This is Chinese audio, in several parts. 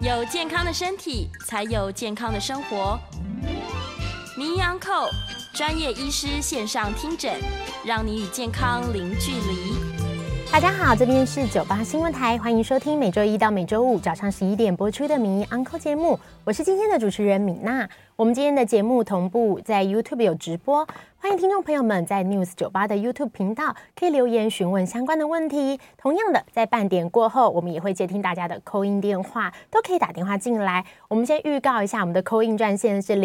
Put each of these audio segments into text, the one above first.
有健康的身体，才有健康的生活。名医昂扣专业医师线上听诊，让你与健康零距离。 大家好，这边是98新闻台，欢迎收听每周一到每周五早上11点播出的名医昂扣节目，我是今天的主持人米娜。我们今天的节目同步在 YouTube 有直播，欢迎听众朋友们在 News 98的 YouTube 频道可以留言询问相关的问题。同样的，在半点过后，我们也会接听大家的 call in 电话，都可以打电话进来。我们先预告一下，我们的 call in 专线是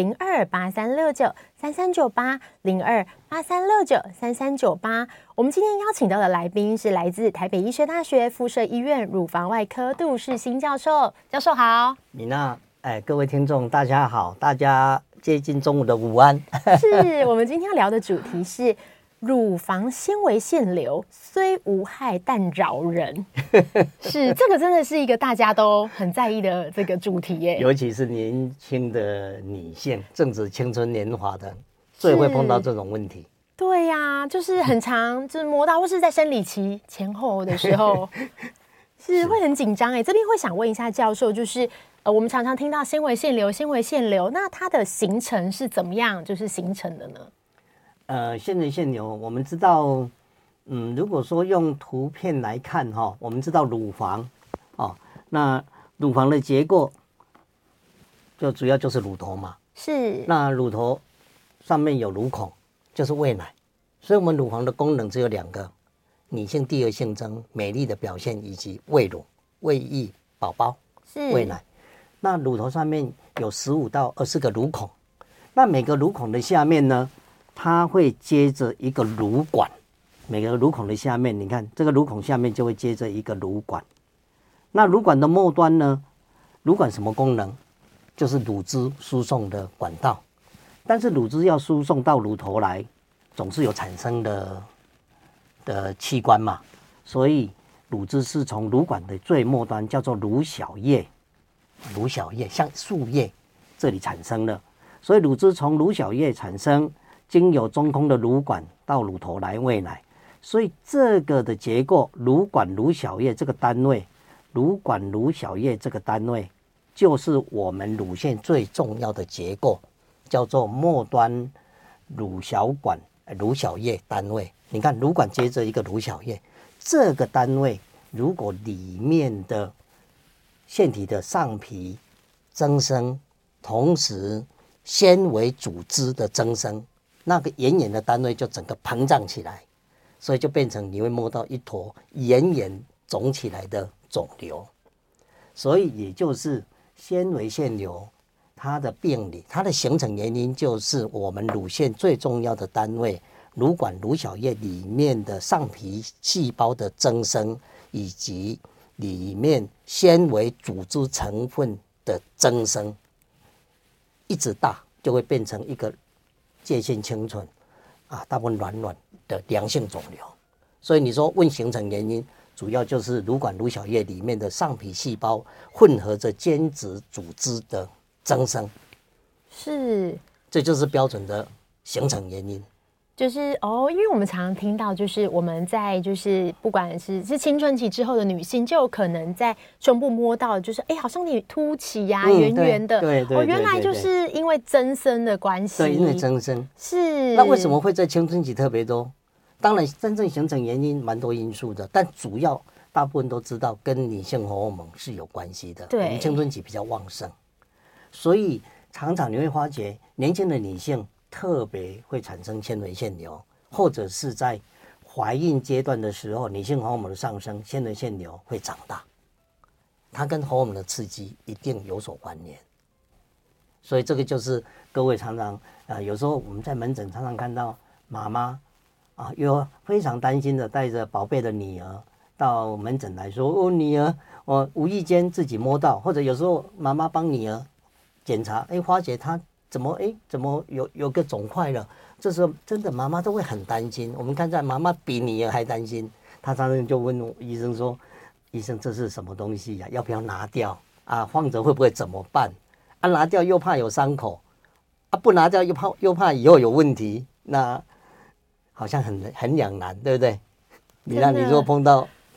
0283693398，0283693398。我们今天邀请到的来宾是来自台北医学大学附设医院乳房外科杜世新教授。教授好。 米娜，各位听众大家好，大家接近中午的午安。 是我们今天要聊的主题是乳房纤维腺瘤虽无害但扰人。是这个真的是一个大家都很在意的这个主题耶， 尤其是年轻的女性，正值青春年华的，最会碰到这种问题。 对呀，就是很常就是摸到，或是在生理期前后的时候，是会很紧张。这边会想问一下教授，就是我们常常听到纤维腺瘤，那它的形成是怎么样，就是形成的呢？ 纤维腺瘤，我们知道，如果说用图片来看哈，我们知道乳房那乳房的结构就主要就是乳头嘛， 是。那乳头上面有乳孔，就是喂奶，所以我们乳房的功能只有两个：女性第二性征、美丽的表现，以及喂乳、喂育宝宝、喂奶。那乳头上面有15到20个乳孔，那每个乳孔的下面呢，它会接着一个乳管。每个乳孔的下面，你看这个乳孔下面就会接着一个乳管。那乳管的末端呢，乳管什么功能？就是乳汁输送的管道。但是乳汁要输送到乳头来，总是有产生的器官嘛，所以乳汁是从乳管的最末端，叫做乳小叶，像树叶这里产生的。所以乳汁从乳小叶产生，经由中空的乳管到乳头来喂奶。所以这个的结构，乳管乳小叶这个单位，乳管乳小叶这个单位，就是我们乳腺最重要的结构，叫做末端乳小管乳小叶单位。你看乳管接着一个乳小叶，这个单位如果里面的腺体的上皮增生，同时纤维组织的增生，那个圆圆的单位就整个膨胀起来，所以就变成你会摸到一坨圆圆肿起来的肿瘤。所以也就是纤维腺瘤它的病理，它的形成原因就是我们乳腺最重要的单位乳管乳小叶里面的上皮细胞的增生，以及里面纤维组织成分的增生，一直大就会变成一个界限清纯大部分软软的良性肿瘤。所以你说问形成原因，主要就是乳管乳小叶里面的上皮细胞混合着间质组织的增生， 是， 这就是标准的形成原因。 就是因为我们常常听到，就是我们在就是不管是青春期之后的女性，就有可能在胸部摸到，就是好像有点凸起呀，圆圆的。 对， 原来就是因为增生的关系。 对，因为增生。 是。 那为什么会在青春期特别多？当然，真正形成原因蛮多因素的，但主要大部分都知道跟女性荷尔蒙是有关系的。 对， 我们青春期比较旺盛，所以常常你会发觉年轻的女性特别会产生纤维腺瘤，或者是在怀孕阶段的时候，女性荷尔蒙的上升，纤维腺瘤会长大，它跟荷尔蒙的刺激一定有所关联。所以这个就是各位常常有时候我们在门诊常常看到妈妈又非常担心的带着宝贝的女儿到门诊来说，女儿我无意间自己摸到，或者有时候妈妈帮女儿检查，发觉她怎么有个肿块了，这时候真的妈妈都会很担心。我们看在妈妈比女儿还担心，她常常就问医生说，医生这是什么东西呀？要不要拿掉放着会不会怎么办？拿掉又怕有伤口，不拿掉又怕以后有问题，那好像很两难，对不对？你如果碰到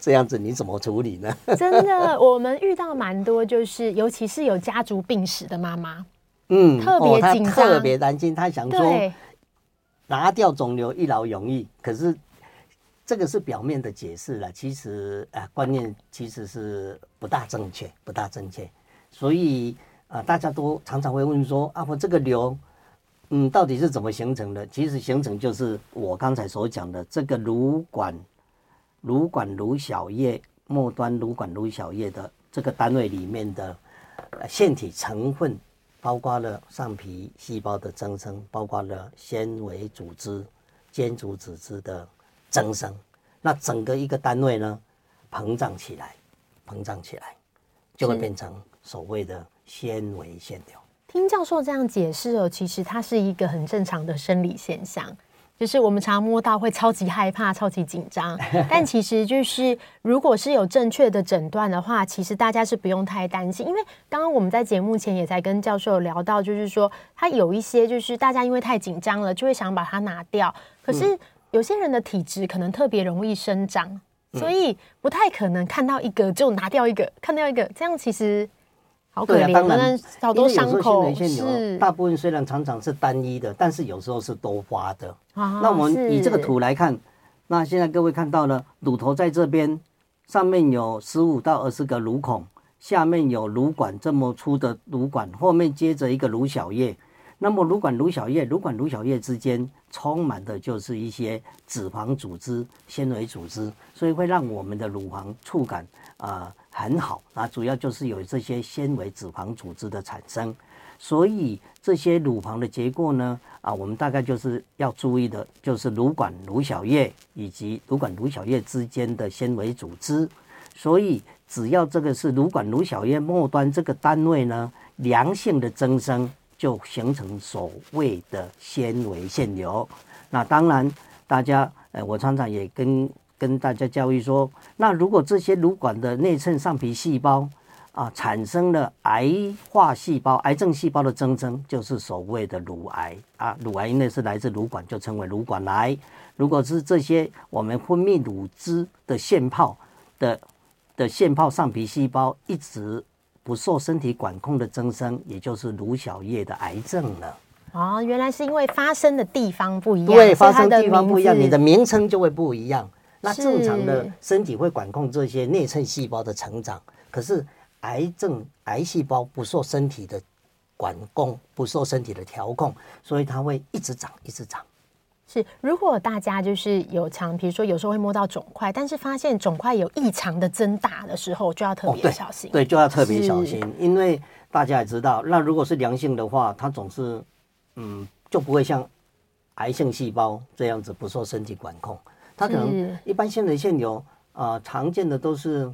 这样子你怎么处理呢？ 真的，我们遇到蛮多，就是尤其是有家族病史的妈妈，特别紧张， 她特别担心，她想说拿掉肿瘤一劳永逸，可是这个是表面的解释了，其实观念其实是不大正确，所以大家都常常会问说我这个瘤到底是怎么形成的？其实形成就是我刚才所讲的这个乳管颅小叶末端乳管颅小叶的这个单位里面的腺体成分，包括了上皮细胞的增生，包括了纤维组织、间组织的增生，那整个一个单位呢膨胀起来，就会变成所谓的纤维腺瘤。 听教授这样解释其实它是一个很正常的生理现象。就是我们常摸到会超级害怕、超级紧张，但其实就是如果是有正确的诊断的话，其实大家是不用太担心。因为刚刚我们在节目前也才跟教授聊到，就是说他有一些就是大家因为太紧张了，就会想把它拿掉。可是有些人的体质可能特别容易生长，所以不太可能看到一个就拿掉一个，看到一个，这样其实好可怜， 当然好多伤口。 是大部分虽然常常是单一的，但是有时候是多发的。那我们以这个图来看，那现在各位看到了，乳头在这边，上面有15到20个乳孔，下面有乳管这么粗的乳管，后面接着一个乳小叶。那么乳管乳小叶之间充满的就是一些脂肪组织、纤维组织，所以会让我们的乳房触感很好主要就是有这些纤维脂肪组织的产生。所以这些乳房的结构呢我们大概就是要注意的，就是乳管乳小叶以及乳管乳小叶之间的纤维组织。所以只要这个是乳管乳小叶末端这个单位呢良性的增生，就形成所谓的纤维腺瘤。那当然大家我常常也跟大家教育说，那如果这些乳管的内衬上皮细胞产生了癌化细胞、癌症细胞的增生，就是所谓的乳癌乳癌因为是来自乳管，就称为乳管癌。如果是这些我们分泌乳汁的腺泡的腺泡上皮细胞一直不受身体管控的增生，也就是乳小叶的癌症了。 原来是因为发生的地方不一样， 对，发生地方不一样，你的名称就会不一样。那正常的身体会管控这些内衬细胞的成长，可是癌细胞不受身体的管控，不受身体的调控，所以它会一直长。 是，如果大家就是比如说有时候会摸到肿块，但是发现肿块有异常的增大的时候，就要特别小心。 对，就要特别小心，因为大家也知道，那如果是良性的话，它总是就不会像癌性细胞这样子不受身体管控。它可能一般纤维腺瘤常见的都是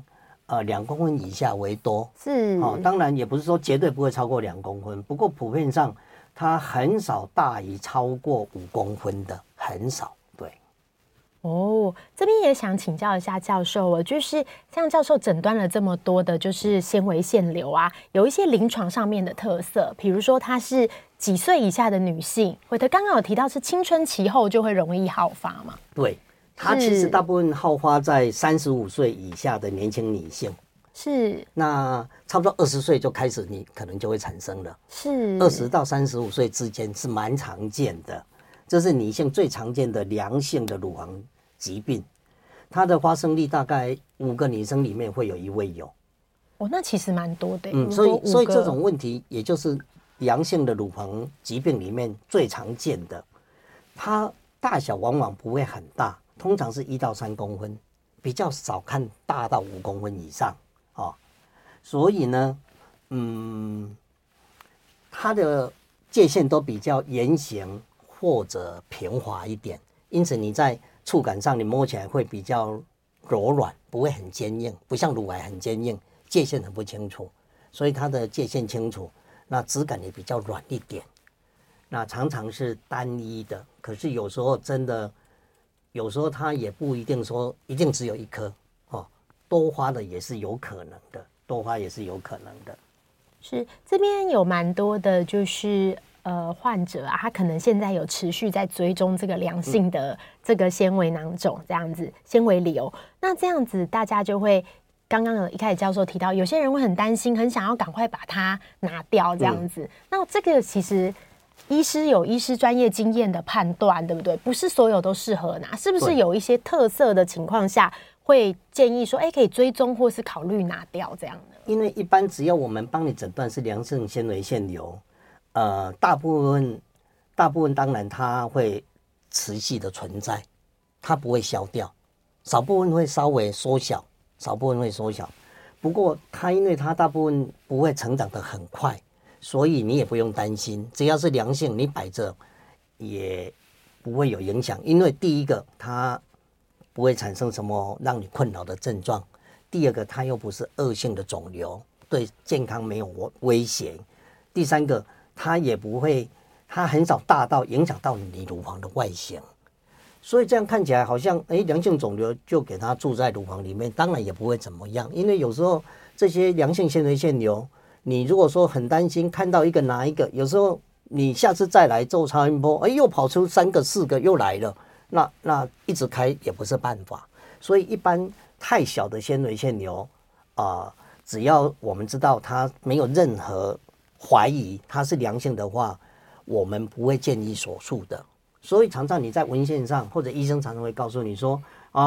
2公分以下为多，当然也不是说绝对不会超过2公分，不过普遍上它很少大于超过5公分的，很少。对。 这边也想请教一下教授就是像教授诊断了这么多的就是纤维腺瘤有一些临床上面的特色，比如说它是几岁以下的女性，或者刚刚有提到是青春期后就会容易好发嘛？ 对，它其实大部分好发在35岁以下的年轻女性，是那差不多20岁就开始你可能就会产生了，是20到35岁之间是蛮常见的，这是女性最常见的良性的乳房疾病，它的发生率大概5个女生里面会有1位有。 那其实蛮多的。 所以这种问题也就是良性的乳房疾病里面最常见的，它大小往往不会很大，通常是1到3公分，比较少看大到5公分以上所以呢它的界限都比较圆形或者平滑一点，因此你在触感上你摸起来会比较柔软，不会很坚硬，不像乳癌很坚硬，界限很不清楚，所以它的界限清楚，那质感也比较软一点，那常常是单一的，可是有时候真的有时候它也不一定说一定只有1颗多发的也是有可能的，是这边有蛮多的就是患者啊，他可能现在有持续在追踪这个良性的这个纤维囊肿这样子，纤维瘤。那这样子大家就会，刚刚有一开始教授提到，有些人会很担心，很想要赶快把它拿掉这样子。那这个其实医师有医师专业经验的判断，对不对？不是所有都适合拿，是不是有一些特色的情况下会建议说，可以追踪或是考虑拿掉这样呢？ 因为一般只要我们帮你诊断是良性纤维腺瘤，大部分当然它会持续的存在，它不会消掉，少部分会稍微缩小，不过它因为它大部分不会成长得很快，所以你也不用担心，只要是良性，你摆着也不会有影响。因为第一个，它不会产生什么让你困扰的症状；第二个，它又不是恶性的肿瘤，对健康没有威胁；第三个，它也不会，它很少大到影响到你乳房的外形。所以这样看起来好像，良性肿瘤就给它住在乳房里面，当然也不会怎么样。因为有时候这些良性纤维腺瘤，你如果说很担心看到一个拿一个，有时候你下次再来做超音波，又跑出3个4个又来了，那一直开也不是办法。所以一般太小的纤维腺瘤只要我们知道它没有任何怀疑它是良性的话，我们不会建议手术的。所以常常你在文献上或者医生常常会告诉你说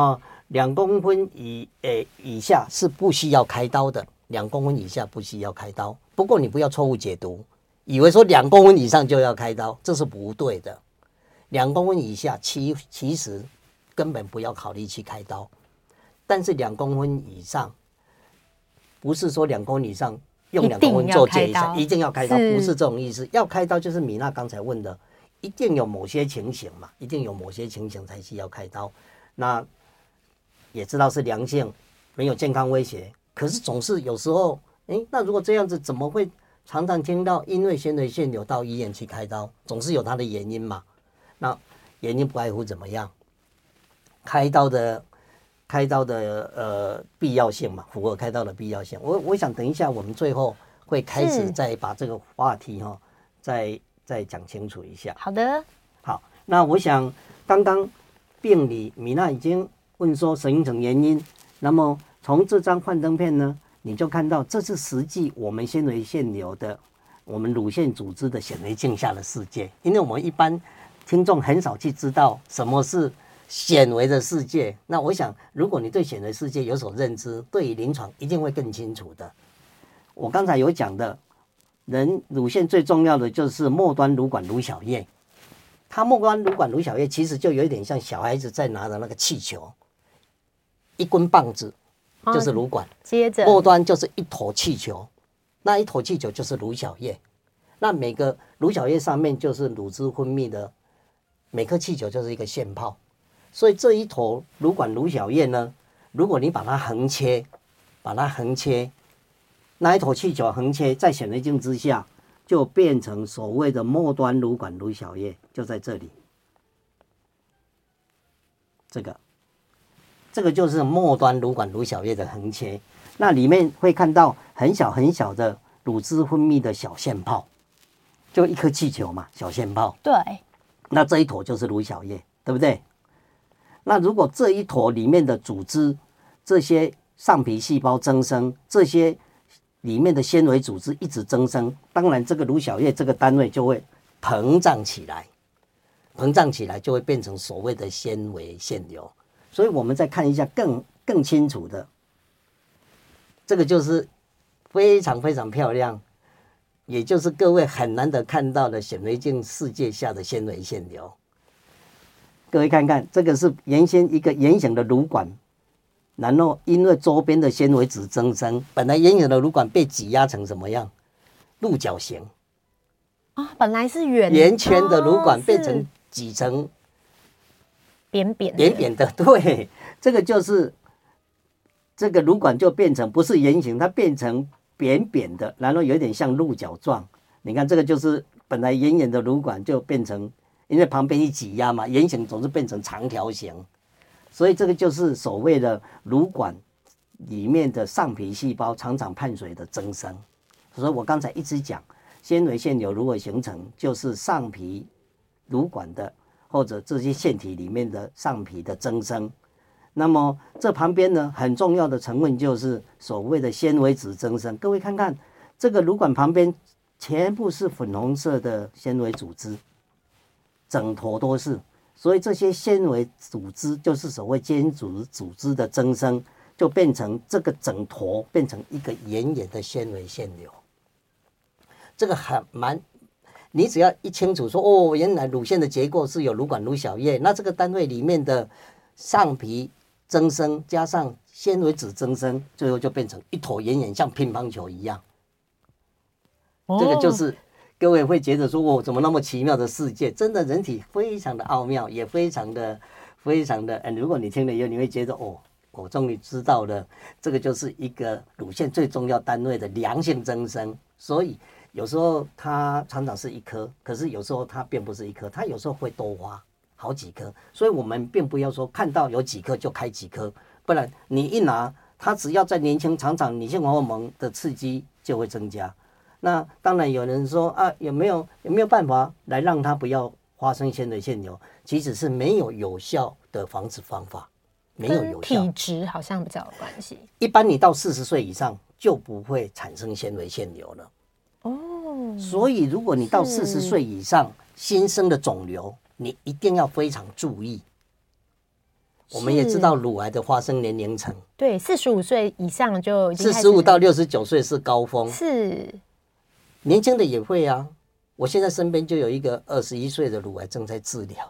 2公分以下是不需要开刀的，2公分以下不需要开刀。不过你不要错误解读，以为说2公分以上就要开刀，这是不对的。2公分以下其实根本不要考虑去开刀，但是2公分以上，不是说2公分以上用2公分做解一下一定要开刀，不是这种意思。要开刀就是米娜刚才问的，一定有某些情形嘛，一定有某些情形才需要开刀。那也知道是良性，没有健康威胁，可是总是有时候，那如果这样子，怎么会常常听到因为纤维腺瘤到医院去开刀？总是有它的原因嘛。那原因不外乎怎么样？开刀的必要性嘛，符合开刀的必要性。我想等一下我们最后会开始再把这个话题再讲清楚一下。 好的， 好，那我想刚刚病理米娜已经问说形成原因，那么从这张幻灯片呢，你就看到这是实际我们纤维腺瘤的我们乳腺组织的显微镜下的世界。因为我们一般听众很少去知道什么是显微的世界，那我想如果你对显微世界有所认知，对于临床一定会更清楚的。我刚才有讲的，人乳腺最重要的就是末端乳管乳小叶，它末端乳管乳小叶其实就有一点像小孩子在拿的那个气球，一根棒子就是乳管， 接着末端就是一坨气球，那一坨气球就是乳小叶，那每个乳小叶上面就是乳汁分泌的，每颗气球就是一个腺泡。所以这一坨乳管乳小叶呢，如果你把它横切，那一坨气球横切在显微镜之下，就变成所谓的末端乳管乳小叶，就在这里。这个就是末端乳管乳小叶的横切，那里面会看到很小很小的乳汁分泌的小腺泡，就一颗气球嘛，小腺泡。 对， 那这一坨就是乳小叶，对不对？那如果这一坨里面的组织，这些上皮细胞增生，这些里面的纤维组织一直增生，当然这个乳小叶这个单位就会膨胀起来就会变成所谓的纤维腺瘤。所以我们再看一下更清楚的，这个就是非常非常漂亮，也就是各位很难得看到的显微镜世界下的纤维腺瘤。各位看看，这个是原先一个圆形的乳管，然后因为周边的纤维质增生，本来圆形的乳管被挤压成什么样？鹿角形本来是圆圈的乳管变成挤成扁的， 对，这个就是这个乳管就变成不是圆形，它变成扁扁的，然后有点像鹿角状。你看这个就是本来圆圆的乳管就变成，因为旁边一挤压嘛，圆形总是变成长条形，所以这个就是所谓的乳管里面的上皮细胞常常伴随的增生。所以我刚才一直讲， 纤维腺瘤如何形成，就是上皮乳管的或者这些腺体里面的上皮的增生。那么这旁边呢，很重要的成分就是所谓的纤维质增生。各位看看这个乳管旁边全部是粉红色的纤维组织，整坨都是。所以这些纤维组织就是所谓间质组织的增生，就变成这个整坨变成一个圆圆的纤维腺瘤。这个你只要一清楚说哦，原来乳腺的结构是有乳管、乳小叶，那这个单位里面的上皮增生加上纤维质增生，最后就变成一坨圆圆像乒乓球一样。这个就是各位会觉得说，哦，怎么那么奇妙的世界？真的，人体非常的奥妙，也非常的，如果你听了以后，你会觉得，哦，我终于知道了，这个就是一个乳腺最重要单位的良性增生。所以有时候它常常是一颗，可是有时候它并不是一颗，它有时候会多花好几颗。所以我们并不要说看到有几颗就开几颗，不然你一拿它，只要在年轻，常常女性荷尔蒙的刺激就会增加。那当然有人说啊，有没有办法来让它不要发生纤维腺瘤？其实是没有有效的防止方法，没有有效。 跟体质好像比较有关系。 一般你到40岁以上就不会产生纤维腺瘤了。哦，所以如果你到40岁以上新生的肿瘤，你一定要非常注意。我们也知道乳癌的发生年龄层， 对，45岁以上就已经 45到69岁是高峰， 是。 年轻的也会啊，我现在身边就有一个21岁的乳癌正在治疗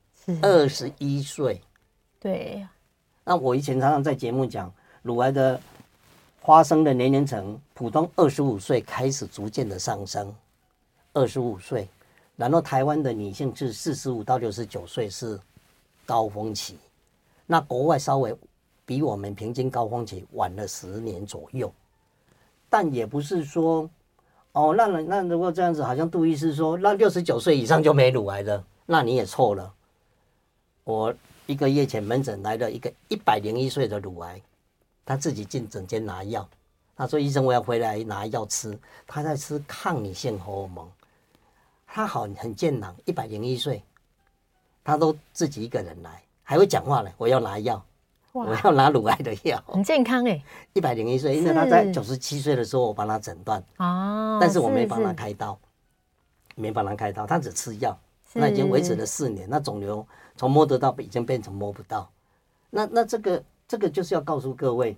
，21岁。 对。 那我以前常常在节目讲，乳癌的发生的年龄层，普通25岁开始逐渐的上升，25岁，然后台湾的女性是45到69岁是高峰期，那国外稍微比我们平均高峰期晚了10年左右，但也不是说。哦，那如果这样子，好像杜医师说，那69岁以上就没乳癌了，那你也错了。我1个月前门诊来了一个101岁的乳癌，他自己进诊间拿药，他说医生我要回来拿药吃，他在吃抗女性荷尔蒙，他很健朗，101岁，他都自己一个人来，还会讲话呢，我要拿药。我要拿乳癌的药， 很健康哎 ，101岁，因为他在97岁的时候我帮他诊断，但是我没帮他开刀，他只吃药，那已经维持了4年，那肿瘤从摸得到已经变成摸不到，那这个就是要告诉各位，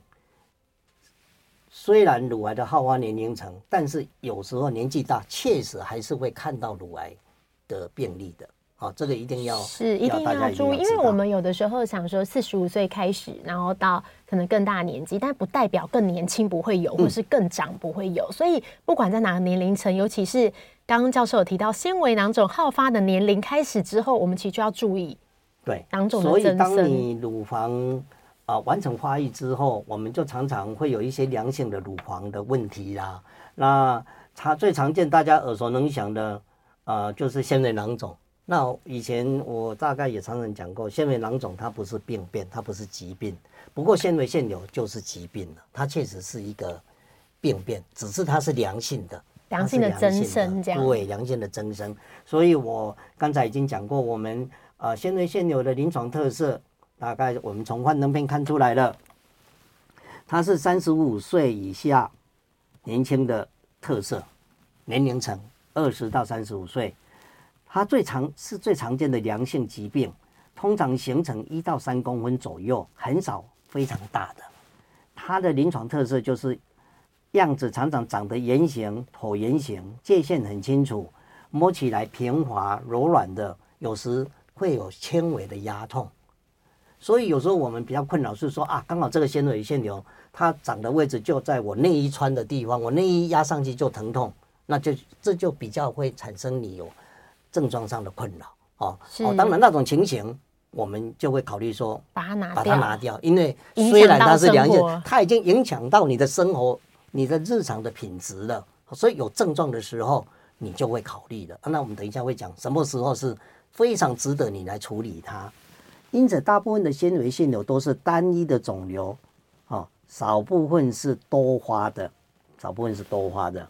虽然乳癌的好发年龄层，但是有时候年纪大，确实还是会看到乳癌的病例的。好，这个一定要注意，因为我们有的时候想说45岁开始，然后到可能更大年纪，但不代表更年轻不会有，或是更长不会有。所以不管在哪个年龄层，尤其是刚刚教授有提到纤维囊肿好发的年龄开始之后，我们其实就要注意囊肿的增生。所以当你乳房完成发育之后，我们就常常会有一些良性的乳房的问题啦。那最常见大家耳熟能详的就是纤维囊肿。那以前我大概也常常讲过，纤维囊肿它不是病变，它不是疾病，不过纤维腺瘤就是疾病了，它确实是一个病变，只是它是良性的增生这样。 对，良性的增生。所以我刚才已经讲过，我们纤维腺瘤的临床特色，大概我们从幻灯片看出来了，它是35岁以下年轻的特色，年龄层20到35岁。它最常见的良性疾病，通常形成1到3公分左右，很少非常大的。它的临床特色就是样子常常长得圆形、椭圆形，界限很清楚，摸起来平滑柔软的，有时会有轻微的压痛。所以有时候我们比较困扰是说刚好这个纤维腺瘤它长的位置就在我内衣穿的地方，我内衣压上去就疼痛，那这就比较会产生你有症状上的困扰当然那种情形我们就会考虑说把它拿掉，因为虽然它是良性，它已经影响到你的生活、你的日常的品质了，所以有症状的时候你就会考虑了。那我们等一下会讲什么时候是非常值得你来处理它。因此大部分的纤维腺瘤都是单一的肿瘤，少部分是多发的，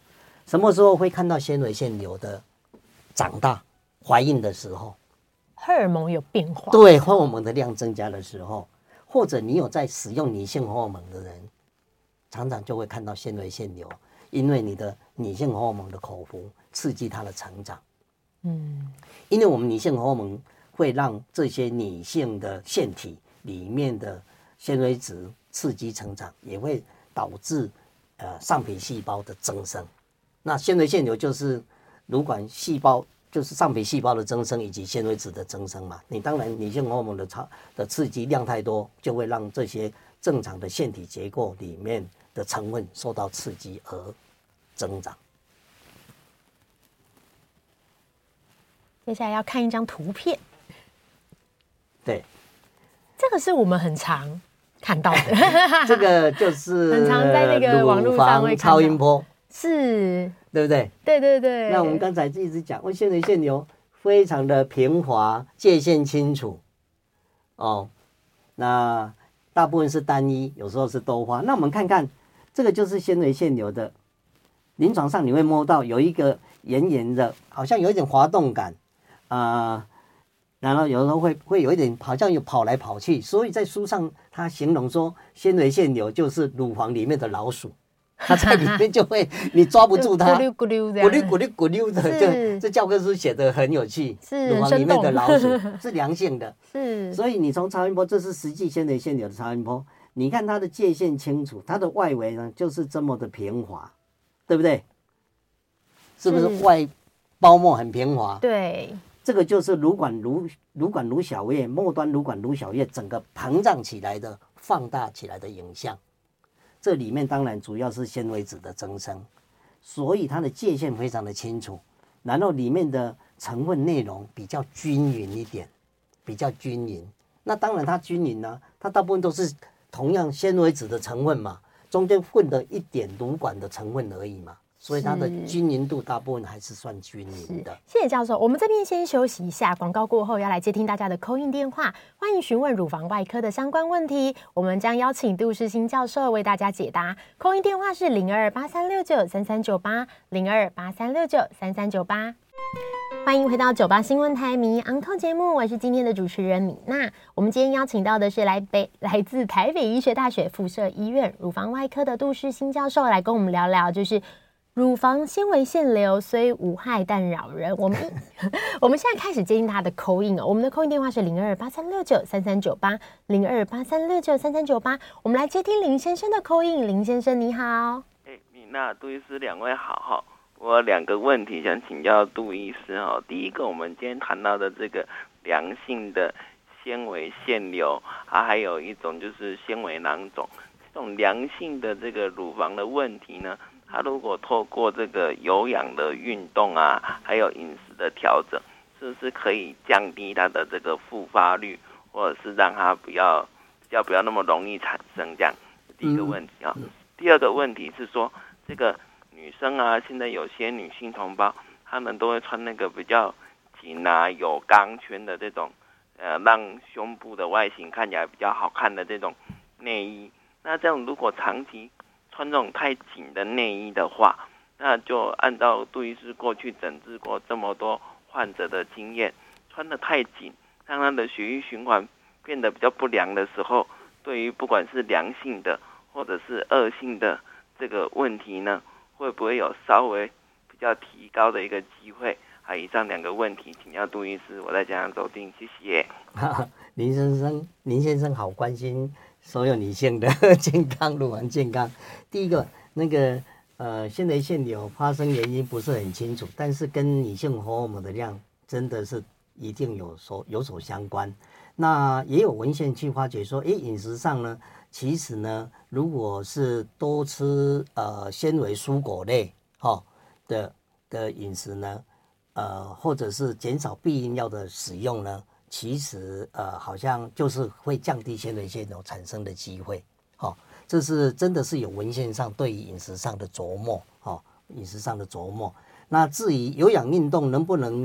什么时候会看到纤维腺瘤的长大？怀孕的时候， 荷尔蒙有变化， 对，荷尔蒙的量增加的时候，或者你有在使用女性荷尔蒙的人，常常就会看到纤维腺瘤，因为你的女性荷尔蒙的口服刺激它的成长。因为我们女性荷尔蒙会让这些女性的腺体里面的纤维质刺激成长，也会导致上皮细胞的增生。那纤维腺瘤就是乳管细胞，就是上皮细胞的增生以及纤维质的增生嘛。你当然女性荷尔蒙的刺激量太多，就会让这些正常的腺体结构里面的成分受到刺激而增长。 接下来要看一张图片， 对， 这个是我们很常看到的， 这个就是很常在那个网络上会看到超音波， 是， 对不对？ 对对对。 那我们刚才一直讲，纤维腺瘤非常的平滑，界限清楚，哦，那大部分是单一，有时候是多发。那我们看看，这个就是纤维腺瘤的，临床上你会摸到有一个圆圆的，好像有一点滑动感。然后有时候会有一点好像有跑来跑去，所以在书上他形容说纤维腺瘤就是乳房里面的老鼠，它在里面就会你抓不住它， 咕溜咕溜这样， 咕溜咕溜咕溜的，这教科书写的很有趣。 是乳房里面的老鼠是良性的， 是， 所以你从超音波，这是实际纤维腺瘤的超音波，你看它的界限清楚，它的外围呢就是这么的平滑，对不对？是不是外包膜很平滑？ 对。 这个就是乳管乳小叶末端乳管乳小叶整个膨胀起来的放大起来的影像。这里面当然主要是纤维质的增生，所以它的界限非常的清楚，然后里面的成分内容比较均匀一点，比较均匀。那当然它均匀呢，它大部分都是同样纤维质的成分嘛，中间混了一点乳管的成分而已嘛。所以它的均匀度大部分还是算均匀的。 谢谢教授，我们这边先休息一下，广告过后要来接听大家的 call in 电话，欢迎询问乳房外科的相关问题，我们将邀请杜世新教授为大家解答。call in 电话是0283693398，0283693398。欢迎回到98新闻台名医昂扣节目，我是今天的主持人米娜。我们今天邀请到的是来自台北醫學大學附設醫院乳房外科的杜世新教授，来跟我们聊聊就是乳房纤维腺瘤虽无害但扰人。我们现在开始接听他的 call in 哦，我们的 call in 电话是0283693398，0283693398。我们来接听林先生的 call in， 林先生你好。 米娜、杜医师两位好哈。我有两个问题想请教杜医师哈。第一个，我们今天谈到的这个良性的纤维腺瘤还有一种就是纤维囊肿，这种良性的这个乳房的问题呢，它如果透过这个有氧的运动还有饮食的调整，是不是可以降低它的这个复发率，或者是让它不要那么容易产生这样？第一个问题第二个问题是说，这个女生现在有些女性同胞，她们都会穿那个比较紧有钢圈的这种让胸部的外形看起来比较好看的这种内衣。那这样如果长期穿这种太紧的内衣的话，那就按照杜医师过去诊治过这么多患者的经验，穿得太紧，让他的血液循环变得比较不良的时候，对于不管是良性的或者是恶性的这个问题呢，会不会有稍微比较提高的一个机会？以上两个问题请教杜医师，我在家上收听，谢谢。 林先生好关心所有女性的健康，乳房健康。第一个，那个纤维腺瘤发生原因不是很清楚，但是跟女性荷尔蒙的量真的是一定有所相关。那也有文献去发觉说，饮食上呢，其实呢，如果是多吃纤维蔬果类的饮食呢，或者是减少避孕药的使用呢，其实好像就是会降低纤维腺瘤产生的机会。这是真的是有文献上对于饮食上的琢磨，饮食上的琢磨。那至于有氧运动能不能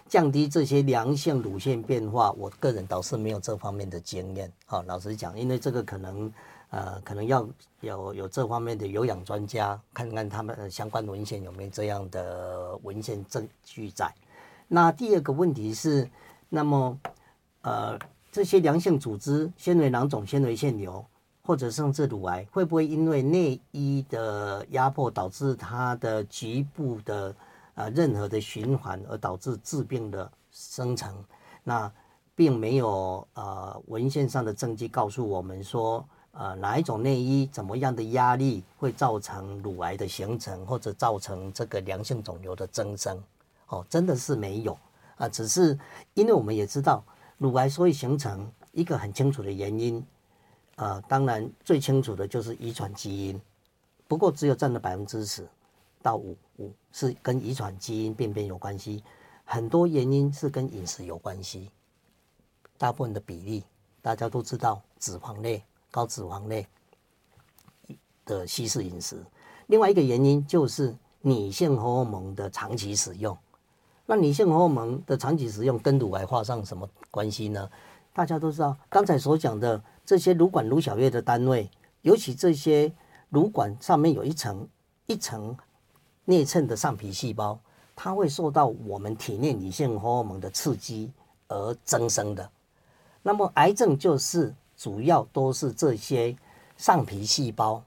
降低这些良性乳腺变化，我个人倒是没有这方面的经验。老实讲，因为这个可能要有这方面的有氧专家看看他们相关文献有没有这样的文献证据在。那第二个问题是，那么这些良性组织、纤维囊肿、纤维腺瘤，或者甚至乳癌，会不会因为内衣的压迫导致它的局部的任何的循环而导致致病的生成？那并没有文献上的证据告诉我们说，哪一种内衣怎么样的压力会造成乳癌的形成，或者造成这个良性肿瘤的增生。真的是没有只是因为我们也知道乳癌所以形成一个很清楚的原因，当然最清楚的就是遗传基因，不过只有占了10%到5%是跟遗传基因病变有关系，很多原因是跟饮食有关系，大部分的比例大家都知道，脂肪类、高脂肪类的西式饮食。另外一个原因就是女性荷尔蒙的长期使用。那女性荷尔蒙的长期使用跟乳癌画上什么关系呢？大家都知道，刚才所讲的这些乳管、乳小叶的单位，尤其这些乳管上面有一层内衬的上皮细胞，它会受到我们体内女性荷尔蒙的刺激而增生的。那么癌症就是主要都是这些上皮细胞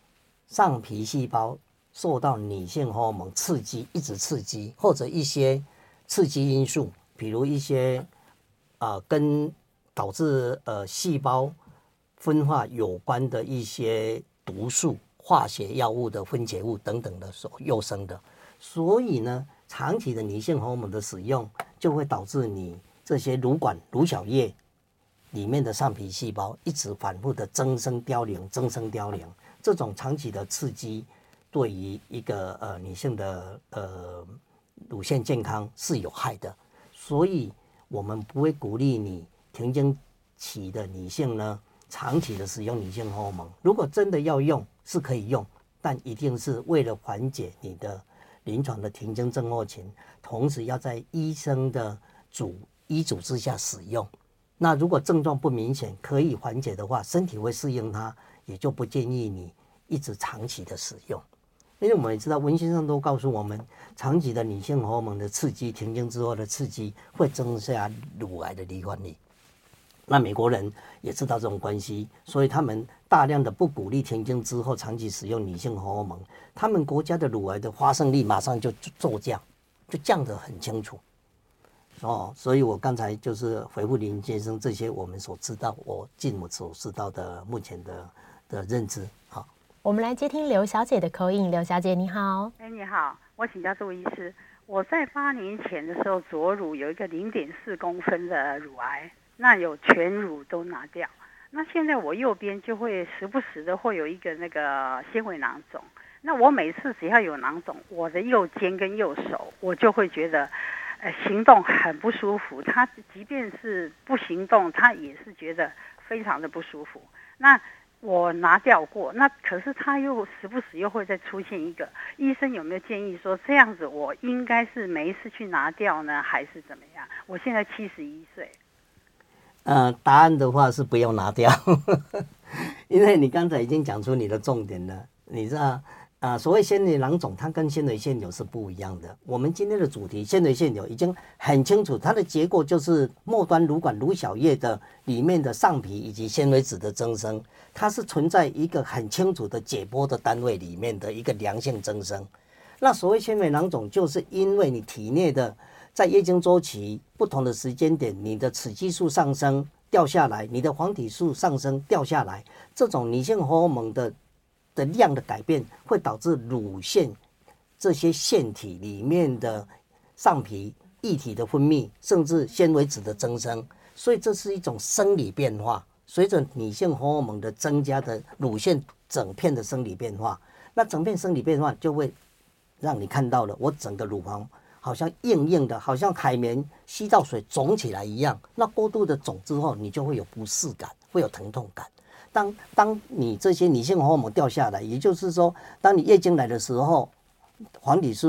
受到女性荷尔蒙刺激，一直刺激，或者一些刺激因素，比如一些跟导致细胞分化有关的一些毒素、化学药物的分解物等等的所诱生的。所以呢，长期的女性荷尔蒙的使用就会导致你这些乳管、乳小叶里面的上皮细胞一直反复的增生凋零。这种长期的刺激对于一个女性的乳腺健康是有害的，所以我们不会鼓励你停经期的女性呢长期的使用女性荷尔蒙。如果真的要用是可以用，但一定是为了缓解你的临床的停经症候群，同时要在医生的医嘱之下使用。那如果症状不明显可以缓解的话，身体会适应它，也就不建议你一直长期的使用。因为我们也知道文献上都告诉我们，长期的女性荷尔蒙的刺激，停经之后的刺激会增加乳癌的罹患率。那美国人也知道这种关系，所以他们大量的不鼓励停经之后长期使用女性荷尔蒙，他们国家的乳癌的发生率马上就降得很清楚。所以我刚才就是回复林先生这些我们所知道，我尽我所知道的目前的认知。好， 我们来接听刘小姐的口音。刘小姐你好。 你好，我请教这位医师，我在8年前的时候左乳有一个0.4公分的乳癌，那有全乳都拿掉，那现在我右边就会时不时的会有一个那个纤维囊肿，那我每次只要有囊肿，我的右肩跟右手我就会觉得行动很不舒服，他即便是不行动，他也是觉得非常的不舒服。那我拿掉过，那可是他又时不时又会再出现一个，医生有没有建议说这样子我应该是没事去拿掉呢，还是怎么样？我现在71岁。 答案的话是不要拿掉因为你刚才已经讲出你的重点了。你知道所谓纤维囊肿它跟纤维腺瘤是不一样的。我们今天的主题纤维腺瘤已经很清楚，它的结构就是末端乳管、乳小叶的里面的上皮以及纤维质的增生，它是存在一个很清楚的解剖的单位里面的一个良性增生。那所谓纤维囊肿就是因为你体内的在月经周期不同的时间点，你的雌激素上升掉下来，你的黄体素上升掉下来，这种女性荷尔蒙的量的改变会导致乳腺这些腺体里面的上皮液体的分泌，甚至纤维质的增生，所以这是一种生理变化。随着女性荷尔蒙的增加的乳腺整片的生理变化，那整片生理变化就会让你看到了我整个乳房好像硬硬的，好像海绵吸到水肿起来一样。那过度的肿之后，你就会有不适感，会有疼痛感。当你这些女性荷尔蒙掉下来，也就是说，当你月经来的时候，黄体素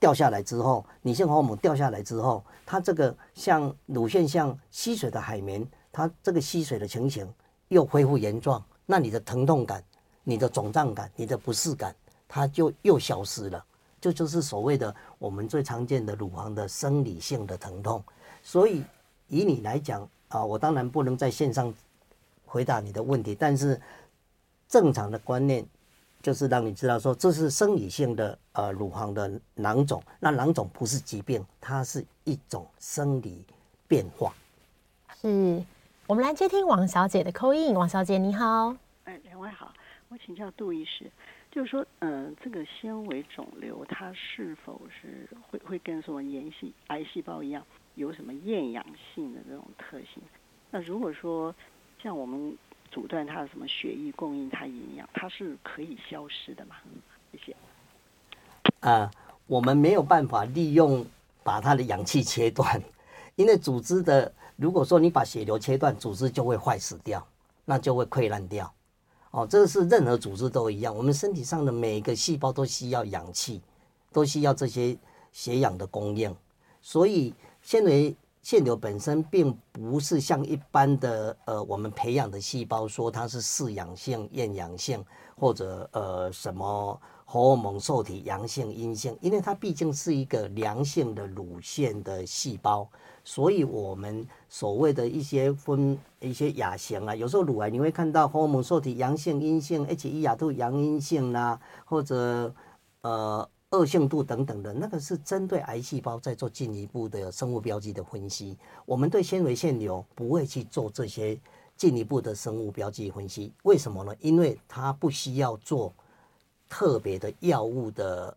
掉下来之后，女性荷尔蒙掉下来之后，它这个像乳腺像吸水的海绵，它这个吸水的情形又恢复原状，那你的疼痛感、你的肿胀感、你的不适感，它就又消失了。这就是所谓的我们最常见的乳房的生理性的疼痛。所以以你来讲我当然不能在线上回答你的问题，但是正常的观念就是让你知道说，这是生理性的乳房的囊肿。那囊肿不是疾病，它是一种生理变化。 是，我们来接听王小姐的call in。王小姐你好。 两位好，我请教杜医师，就是说，这个纤维肿瘤它是否是会跟什么癌细胞一样，有什么厌氧性的这种特性？那如果说像我们阻断它的什么血液供应它营养，它是可以消失的吗？谢谢。 我们没有办法利用把它的氧气切断，因为组织的，如果说你把血流切断，组织就会坏死掉，那就会溃烂掉。这是任何组织都一样，我们身体上的每个细胞都需要氧气，都需要这些血氧的供应。所以纤维腺瘤本身并不是像一般的我们培养的细胞说它是嗜氧性、厌氧性，或者什么荷尔蒙受体阳性、阴性，因为它毕竟是一个良性的乳腺的细胞。所以我们所谓的一些亚型有时候乳癌你会看到荷尔蒙受体阳性、阴性 ，H1亚2阳阴性啦，或者恶性度等等的，那个是针对癌细胞在做进一步的生物标记的分析。我们对纤维腺瘤不会去做这些进一步的生物标记分析，为什么呢？因为它不需要做特别的药物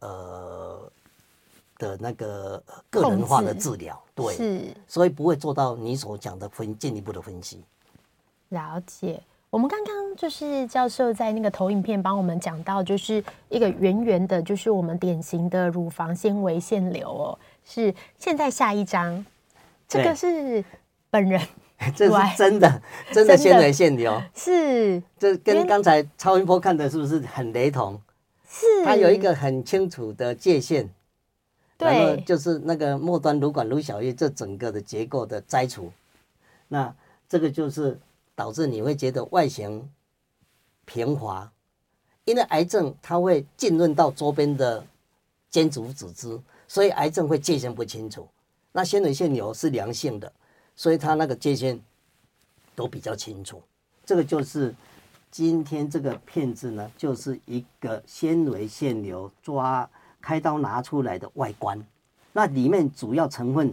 的那个个人化的治疗，对，是，所以不会做到你所讲的进一步的分析。 了解。我们刚刚就是教授在那个投影片帮我们讲到，就是一个圆圆的，就是我们典型的乳房纤维腺瘤是现在下一张，这个是本人， 这是真的纤维腺瘤， 是， 这跟刚才超音波看的是不是很雷同？ 是， 它有一个很清楚的界限。 对， 然后就是那个末端乳管乳小叶这整个的结构的摘除，那这个就是导致你会觉得外形平滑，因为癌症它会浸润到周边的间质组织，所以癌症会界限不清楚。那纤维腺瘤是良性的，所以它那个界限都比较清楚。这个就是今天这个片子呢，就是一个纤维腺瘤开刀拿出来的外观，那里面主要成分，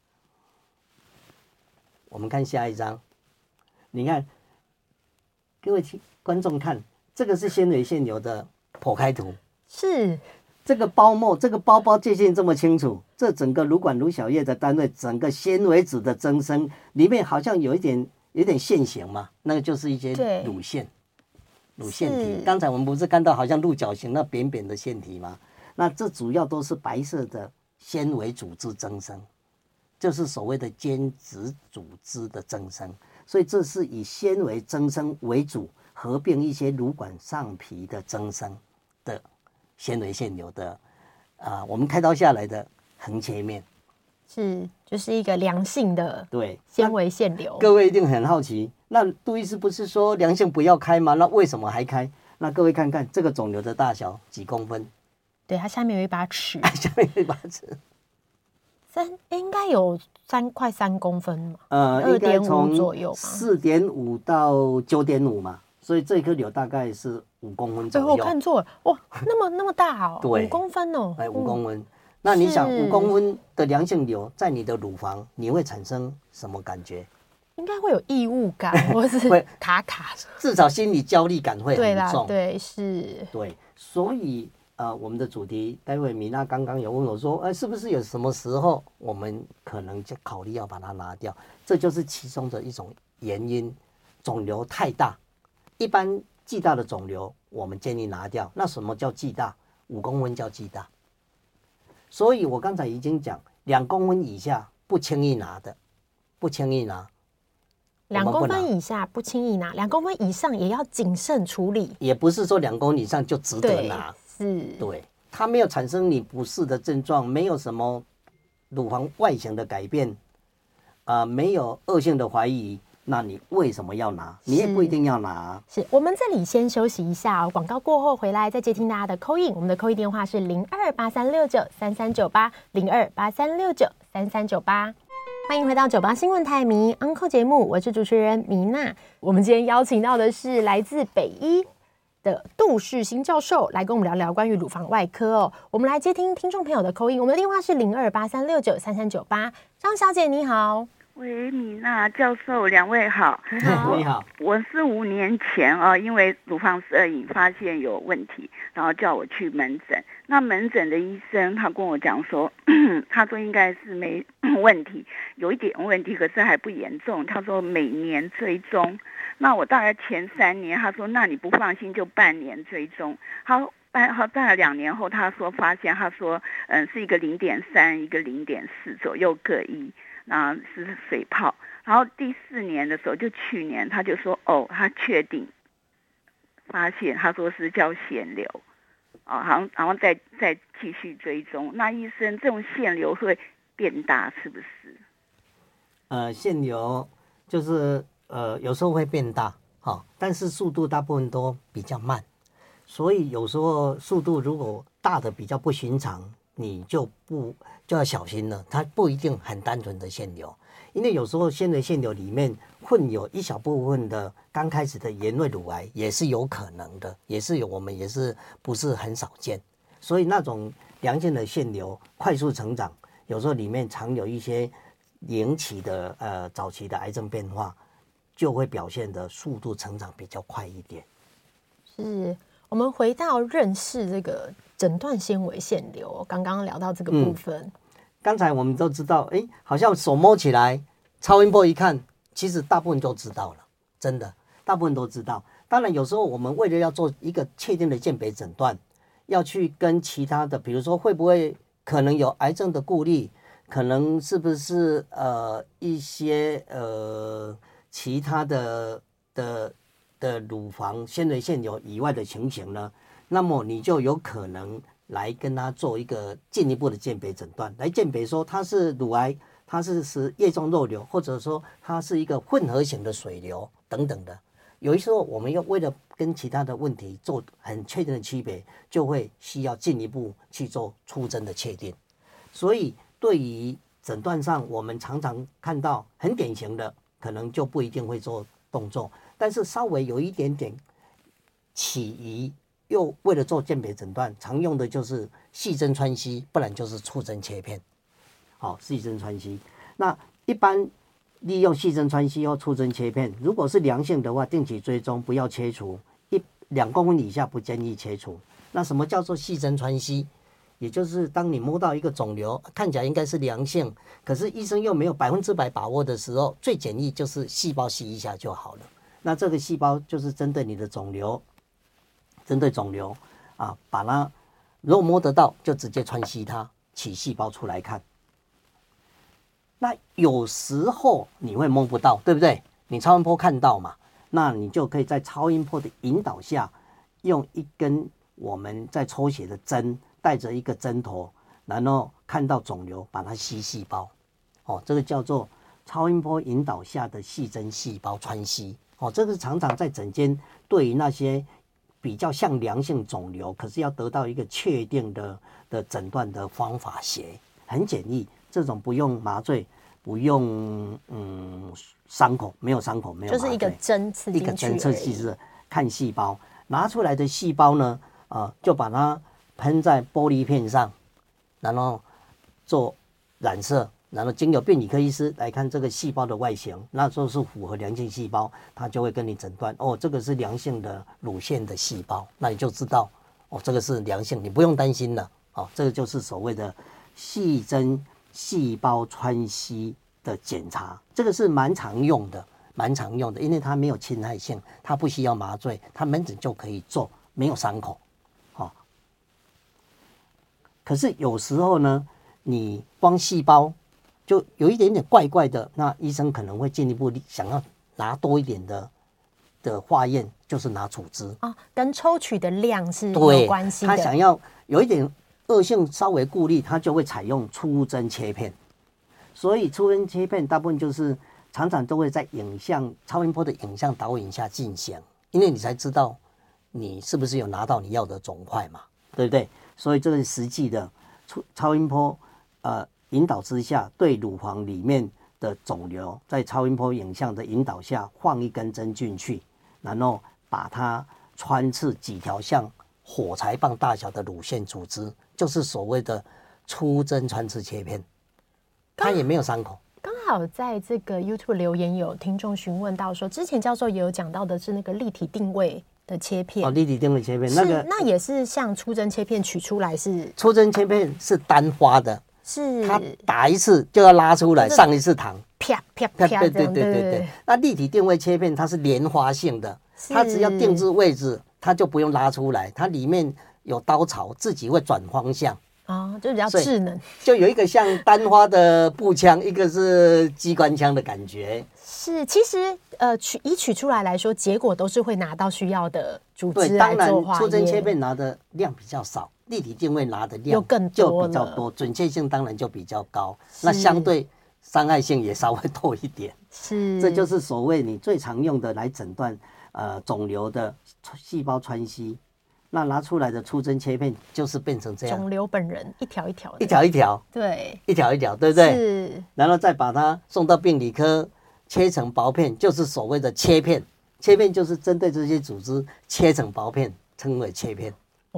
我们看下一张，你看，各位观众看，这个是纤维腺瘤的剖开图， 是这个包膜，这个包界限这么清楚，这整个乳管乳小叶的单位，整个纤维质的增生，里面好像有点线形嘛，那个就是一些乳腺体。刚才我们不是看到好像鹿角形那扁扁的腺体吗？那这主要都是白色的纤维组织增生，就是所谓的间质组织的增生，所以这是以纤维增生为主，合并一些乳管上皮的增生的纤维腺瘤的我们开刀下来的横切面是就是一个良性的纤维腺瘤。 各位一定很好奇，那杜医师不是说良性不要开吗？那为什么还开？那各位看看这个肿瘤的大小几公分？ 对，它下面有一把尺， 下面有一把尺， 应该有快3公分嘛 ，2.5 左右嘛 ，4.5到9.5嘛，所以这一颗瘤大概是5公分左右。 我看错了，哇，那么大哦，对，5公分哦 ，5公分。那你想5公分的良性瘤在你的乳房，你会产生什么感觉？ 应该会有异物感，或是卡， 至少心理焦虑感会很重。 对，是， 对，所以。我们的主题，待会米娜刚刚有问我说，是不是有什么时候我们可能就考虑要把它拿掉？这就是其中的一种原因。肿瘤太大，一般巨大的肿瘤我们建议拿掉。那什么叫巨大？5公分叫巨大。所以我刚才已经讲，2公分以下不轻易拿的，不轻易拿。 2公分以下不轻易拿，2公分以上也要谨慎处理。 也不是说2公分以上就值得拿。 是， 对， 它没有产生你不适的症状，没有什么乳房外形的改变，没有恶性的怀疑，那你为什么要拿？你也不一定要拿。 是我们这里先休息一下哦，广告过后回来再接听大家的 call in， 我们的 call in 电话是0283693398，0283693398。欢迎回到98新闻台迷 Uncle 节目，我是主持人米娜。我们今天邀请到的是来自北医的杜世新教授来跟我们聊聊关于乳房外科哦。我们来接听听众朋友的 call in， 我们的电话是0283693398。张小姐你好。 喂，米娜教授，两位好。 你好。 我是5年前因为乳房12引发现有问题，然后叫我去门诊。那门诊的医生他跟我讲说，他说应该是没问题，有一点问题，可是还不严重。他说每年追踪。那我大概前3年，他说那你不放心就半年追踪。好，大概2年后，他说发现，他说是一个0.3，一个0.4左右各1。是水泡，然后第4年的时候，就去年，他就说他确定发现，他说是叫腺瘤，然后再继续追踪。那医生，这种腺瘤会变大是不是？ 腺瘤就是有时候会变大，但是速度大部分都比较慢，所以有时候速度如果大的比较不寻常，你就要小心了，它不一定很单纯的腺瘤，因为有时候腺瘤里面混有一小部分的刚开始的原位乳癌也是有可能的，我们也是不是很少见，所以那种良性的腺瘤快速成长，有时候里面藏有一些引起的早期的癌症变化，就会表现的速度成长比较快一点。 是我们回到认识这个诊断纤维腺瘤，刚刚聊到这个部分。 刚才我们都知道，好像手摸起来，超音波一看，其实大部分都知道了，真的，大部分都知道。当然，有时候我们为了要做一个确定的鉴别诊断，要去跟其他的，比如说会不会可能有癌症的顾虑，可能是不是一些其他的乳房纤维腺瘤以外的情形呢？那么你就有可能来跟他做一个进一步的鉴别诊断，来鉴别说它是乳癌，它是液状肉瘤，或者说它是一个混合型的水瘤等等的。有时候我们要为了跟其他的问题做很确定的区别，就会需要进一步去做出征的确定。所以对于诊断上，我们常常看到很典型的，可能就不一定会做动作，但是稍微有一点点起疑，又为了做鉴别诊断，常用的就是细针穿吸，不然就是触针切片。细针穿吸。那一般利用细针穿吸或触针切片，如果是良性的话，定期追踪，不要切除，2公分以下不建议切除。那什么叫做细针穿吸？也就是当你摸到一个肿瘤，看起来应该是良性，可是医生又没有100%把握的时候，最简易就是细胞吸一下就好了。那这个细胞就是针对你的肿瘤。把它如果摸得到，就直接穿吸它，取细胞出来看。那有时候你会摸不到，对不对？你超音波看到嘛，那你就可以在超音波的引导下，用一根我们在抽血的针，带着一个针头，然后看到肿瘤，把它吸细胞。这个叫做超音波引导下的细针细胞穿吸。这个常常在诊间对于那些比较像良性肿瘤，可是要得到一个确定的诊断的方法学，很简易，这种不用麻醉，不用伤口，没有伤口，没有麻醉， 就是一个针刺进去，一个针刺进去看细胞，拿出来的细胞呢，就把它喷在玻璃片上，然后做染色。然后经由病理科医师来看这个细胞的外形，那就是符合良性细胞，他就会跟你诊断，这个是良性的乳腺的细胞，那你就知道，这个是良性，你不用担心了，这个就是所谓的细针细胞穿吸的检查，这个是蛮常用的，因为它没有侵害性，它不需要麻醉，它门诊就可以做，没有伤口，可是有时候呢，你光细胞就有一点点怪怪的，那医生可能会进一步想要拿多一点的化验，就是拿组织跟抽取的量是有关系的。 他想要有一点恶性稍微顾虑，它就会采用粗针切片。所以粗针切片大部分就是常常都会在影像超音波的影像导引下进行，因为你才知道你是不是有拿到你要的肿块嘛，对不对？所以这个实际的超音波引导之下，对乳房里面的肿瘤在超音波影像的引导下放一根针进去，然后把它穿刺几条像火柴棒大小的乳腺组织，就是所谓的粗针穿刺切片，它也没有伤口。 刚好在这个 YouTube 留言有听众询问到说，之前教授也有讲到的是那个立体定位的切片。 立体定位切片那也是像粗针切片取出来是？ 粗针切片是单花的， 是它打一次就要拉出来，上一次膛， 啪啪啪， 对。那立体定位切片它是连花性的，它只要定制位置，它就不用拉出来，它里面有刀槽，自己会转方向。 就比较智能， 就有一个像单花的步枪，一个是机关枪的感觉。 是，其实取出来说，结果都是会拿到需要的组织对，当然来做化验。 粗针切片拿的量比较少，立体定位拿的量又更就多比较多，准确性当然就比较高，那相对伤害性也稍微多一点。 是， 这就是所谓你最常用的来诊断肿瘤的细胞穿析。那拿出来的粗针切片就是变成这样， 肿瘤本人一条一条的， 一条一条， 对， 一条一条，对不对？ 是， 然后再把它送到病理科，切成薄片，就是所谓的切片。切片就是针对这些组织切成薄片，称为切片。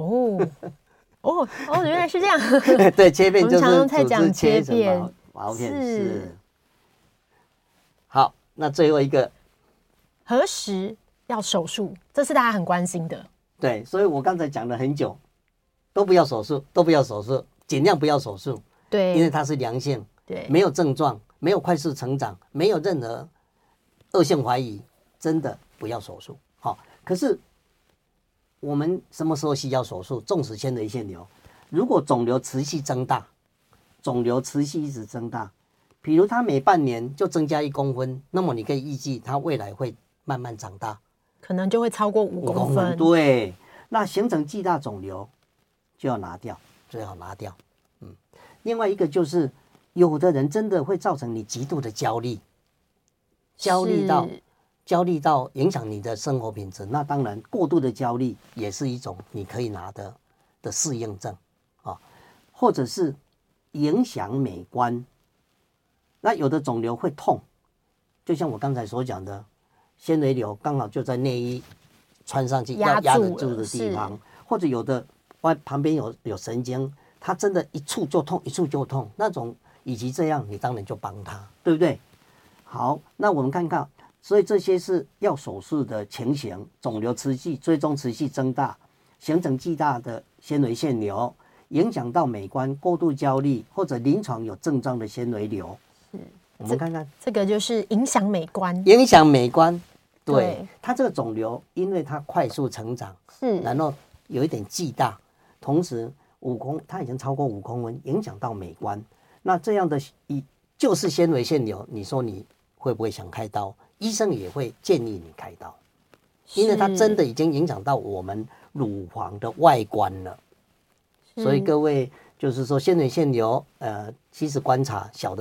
原来是这样。 对，切片就是我们常常在讲切成片薄片是。好，那最后一个， 何时要手术？这是大家很关心的。 对，所以我刚才讲了很久，都不要手术，都不要手术，尽量不要手术。 对， 因为它是良性， 对， 没有症状，没有快速成长，没有任何恶性怀疑，真的不要手术。好，可是我们什么时候需要手术？纵使纤维腺瘤，如果肿瘤持续增大，肿瘤持续一直增大，比如它每半年就增加1公分，那么你可以预计它未来会慢慢长大。 可能就会超过5公分。 对，那形成巨大肿瘤就要拿掉，最好拿掉。另外一个就是有的人真的会造成你极度的焦虑，焦虑到影响你的生活品质。那当然，过度的焦虑也是一种你可以拿的适应症啊，或者是影响美观。那有的肿瘤会痛，就像我刚才所讲的。纤维瘤刚好就在内衣穿上去压得住的地方，或者有的旁边有神经，它真的一触就痛，一触就痛那种，以及这样你当然就帮他，对不对？好，那我们看看，所以这些是要手术的情形，肿瘤最终持续增大，形成巨大的纤维腺瘤，影响到美观，过度焦虑或者临床有症状的纤维瘤。我们看看这个就是影响美观， 对，它这个肿瘤因为它快速成长，然后有一点巨大，同时它已经超过5公分，影响到美观。那这样的就是纤维腺瘤，你说你会不会想开刀？医生也会建议你开刀，因为它真的已经影响到我们乳房的外观了。所以各位就是说纤维腺瘤，其实观察小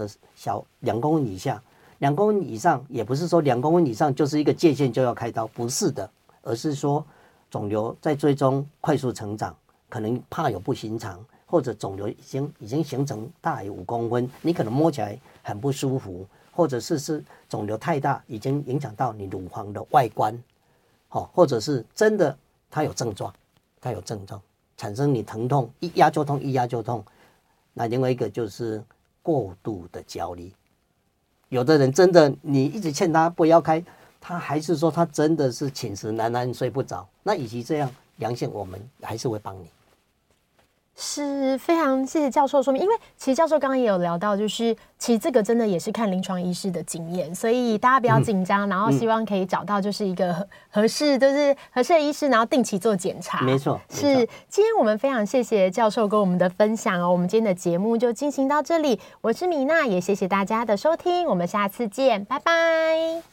2公分以下，2公分以上也不是说2公分以上就是一个界限就要开刀，不是的，而是说肿瘤在追踪快速成长，可能怕有不寻常，或者肿瘤已经形成大于5公分，你可能摸起来很不舒服，或者是肿瘤太大，已经影响到你乳房的外观，或者是真的它有症状，产生你疼痛，一压就痛。那另外一个就是过度的焦虑，有的人真的你一直劝他不要开，他还是说他真的是寝食难安睡不着。那与其这样，良性我们还是会帮你。 是非常谢谢教授说明，因为其实教授刚刚也有聊到，就是其实这个真的也是看临床医师的经验，所以大家不要紧张，然后希望可以找到就是一个合适的医师，然后定期做检查。 没错， 是。今天我们非常谢谢教授跟我们的分享哦，我们今天的节目就进行到这里，我是米娜，也谢谢大家的收听，我们下次见，拜拜。